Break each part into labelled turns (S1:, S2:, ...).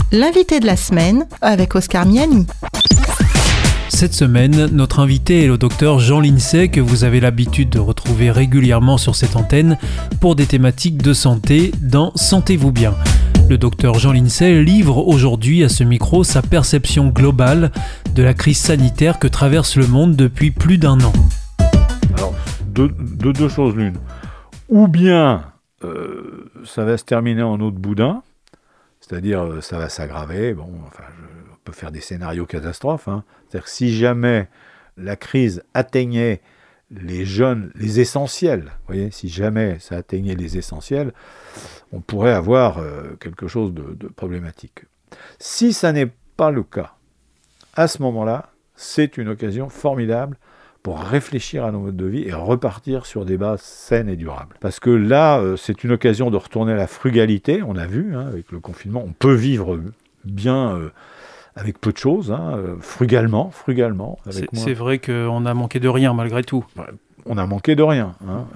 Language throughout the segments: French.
S1: L'invité de la semaine avec Oscar Miani.
S2: Cette semaine, notre invité est le docteur Jean Lincey que vous avez l'habitude de retrouver régulièrement sur cette antenne pour des thématiques de santé dans Sentez-vous bien. Le docteur Jean Lincey livre aujourd'hui à ce micro sa perception globale de la crise sanitaire que traverse le monde depuis plus d'1 an.
S3: Alors, deux choses l'une. Ou bien ça va se terminer en eau de boudin, c'est-à-dire ça va s'aggraver. On peut faire des scénarios catastrophes. C'est-à-dire que si jamais la crise atteignait les essentiels, vous voyez, si jamais ça atteignait les essentiels, on pourrait avoir quelque chose de problématique. Si ça n'est pas le cas, à ce moment-là, c'est une occasion formidable pour réfléchir à nos modes de vie et repartir sur des bases saines et durables. Parce que là, c'est une occasion de retourner à la frugalité. On a vu, avec le confinement, on peut vivre bien avec peu de choses, frugalement.
S2: C'est vrai qu'on a manqué de rien malgré tout.
S3: On a manqué de rien.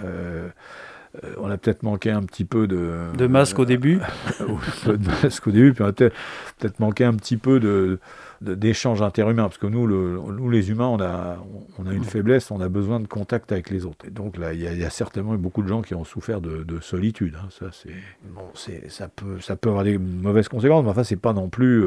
S3: On a peut-être manqué un petit peu
S2: de masque au début.
S3: De masque au début, puis on a peut-être manqué un petit peu d'échanges interhumains, parce que nous les humains, on a une faiblesse, on a besoin de contact avec les autres. Et donc là, il y a certainement beaucoup de gens qui ont souffert de solitude. Ça peut avoir des mauvaises conséquences, mais enfin, c'est pas non plus...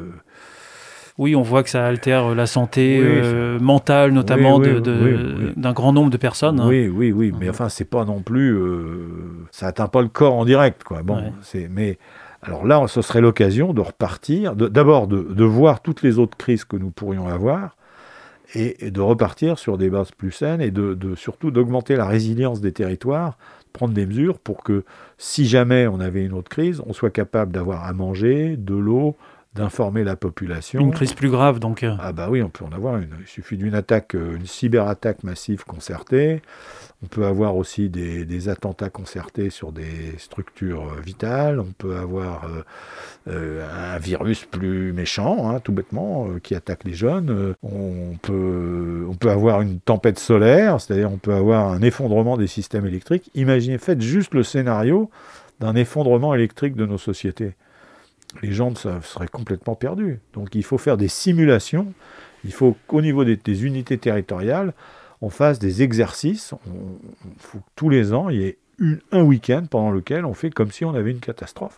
S2: Oui, on voit que ça altère la santé mentale, notamment d'un grand nombre de personnes.
S3: Oui, mais enfin, c'est pas non plus... ça atteint pas le corps en direct, quoi. Mais alors là, ce serait l'occasion de repartir, d'abord de voir toutes les autres crises que nous pourrions avoir, et de repartir sur des bases plus saines, et surtout d'augmenter la résilience des territoires, prendre des mesures pour que, si jamais on avait une autre crise, on soit capable d'avoir à manger, de l'eau, d'informer la population.
S2: Une crise plus grave, donc.
S3: Ah bah oui, on peut en avoir une. Il suffit d'une attaque, une cyberattaque massive concertée. On peut avoir aussi des attentats concertés sur des structures vitales. On peut avoir un virus plus méchant, tout bêtement, qui attaque les jeunes. On peut avoir une tempête solaire, c'est-à-dire on peut avoir un effondrement des systèmes électriques. Imaginez, faites juste le scénario d'un effondrement électrique de nos sociétés. Les gens seraient complètement perdus. Donc il faut faire des simulations. Il faut qu'au niveau des unités territoriales, on fasse des exercices. Il faut que tous les ans, il y ait un week-end pendant lequel on fait comme si on avait une catastrophe.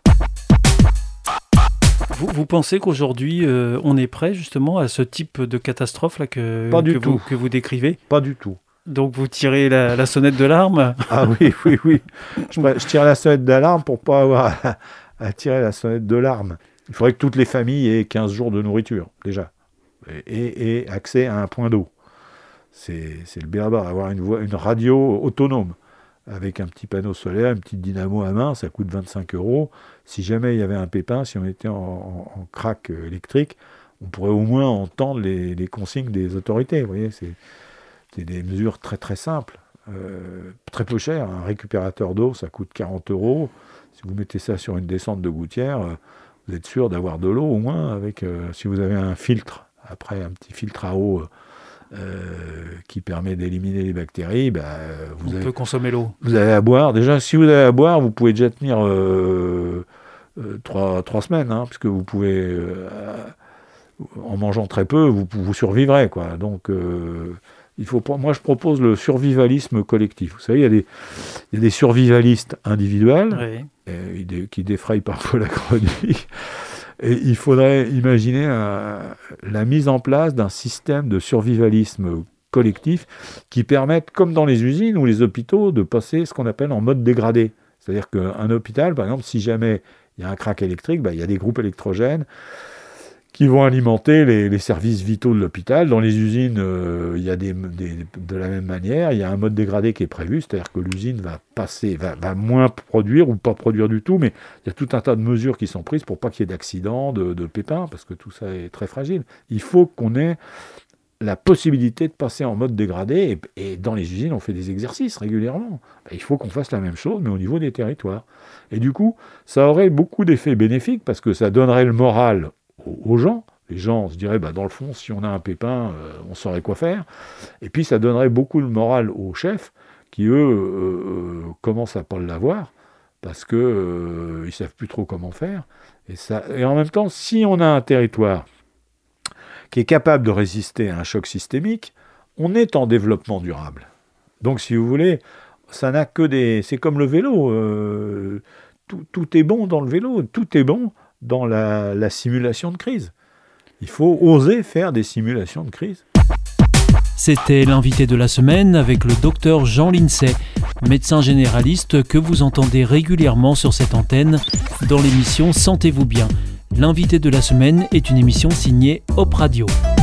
S2: Vous pensez qu'aujourd'hui, on est prêt justement à ce type de catastrophe là, que vous décrivez ?
S3: Pas du tout.
S2: Donc vous tirez la sonnette d'alarme ?
S3: Ah oui. Je tire la sonnette d'alarme pour ne pas avoir à tirer la sonnette d'alarme. Il faudrait que toutes les familles aient 15 jours de nourriture, déjà, et accès à un point d'eau. C'est le béaba, avoir une radio autonome, avec un petit panneau solaire, une petite dynamo à main, ça coûte 25 €. Si jamais il y avait un pépin, si on était en crack électrique, on pourrait au moins entendre les consignes des autorités. Vous voyez, c'est des mesures très très simples, très peu chères. Un récupérateur d'eau, ça coûte 40 €. Si vous mettez ça sur une descente de gouttière, vous êtes sûr d'avoir de l'eau au moins, si vous avez un filtre, après un petit filtre à eau qui permet d'éliminer les bactéries,
S2: on peut consommer l'eau.
S3: Vous avez à boire. Déjà, si vous avez à boire, vous pouvez déjà tenir 3 semaines, puisque vous pouvez, en mangeant très peu, vous survivrez, quoi. Donc, moi, je propose le survivalisme collectif. Vous savez, il y a des survivalistes individuels qui défrayent parfois la chronique. Et il faudrait imaginer la mise en place d'un système de survivalisme collectif qui permette, comme dans les usines ou les hôpitaux, de passer ce qu'on appelle en mode dégradé. C'est-à-dire qu'un hôpital, par exemple, si jamais il y a un crack électrique, il y a des groupes électrogènes qui vont alimenter les services vitaux de l'hôpital. Dans les usines, il y a de la même manière, il y a un mode dégradé qui est prévu, c'est-à-dire que l'usine va moins produire ou pas produire du tout, mais il y a tout un tas de mesures qui sont prises pour pas qu'il y ait d'accidents, de pépins, parce que tout ça est très fragile. Il faut qu'on ait la possibilité de passer en mode dégradé, et dans les usines, on fait des exercices régulièrement. Il faut qu'on fasse la même chose, mais au niveau des territoires. Et du coup, ça aurait beaucoup d'effets bénéfiques, parce que ça donnerait le moral aux gens. Les gens se diraient, dans le fond, si on a un pépin, on saurait quoi faire. Et puis, ça donnerait beaucoup de morale aux chefs, qui, eux, commencent à ne pas l'avoir. parce qu'ils ne savent plus trop comment faire. Et en même temps, si on a un territoire qui est capable de résister à un choc systémique, on est en développement durable. Donc, si vous voulez, ça n'a que des... C'est comme le vélo. Tout est bon dans le vélo. Tout est bon dans la simulation de crise. Il faut oser faire des simulations de crise.
S2: C'était l'invité de la semaine avec le docteur Jean Lincey, médecin généraliste que vous entendez régulièrement sur cette antenne dans l'émission Sentez-vous bien. L'invité de la semaine est une émission signée Hop Radio.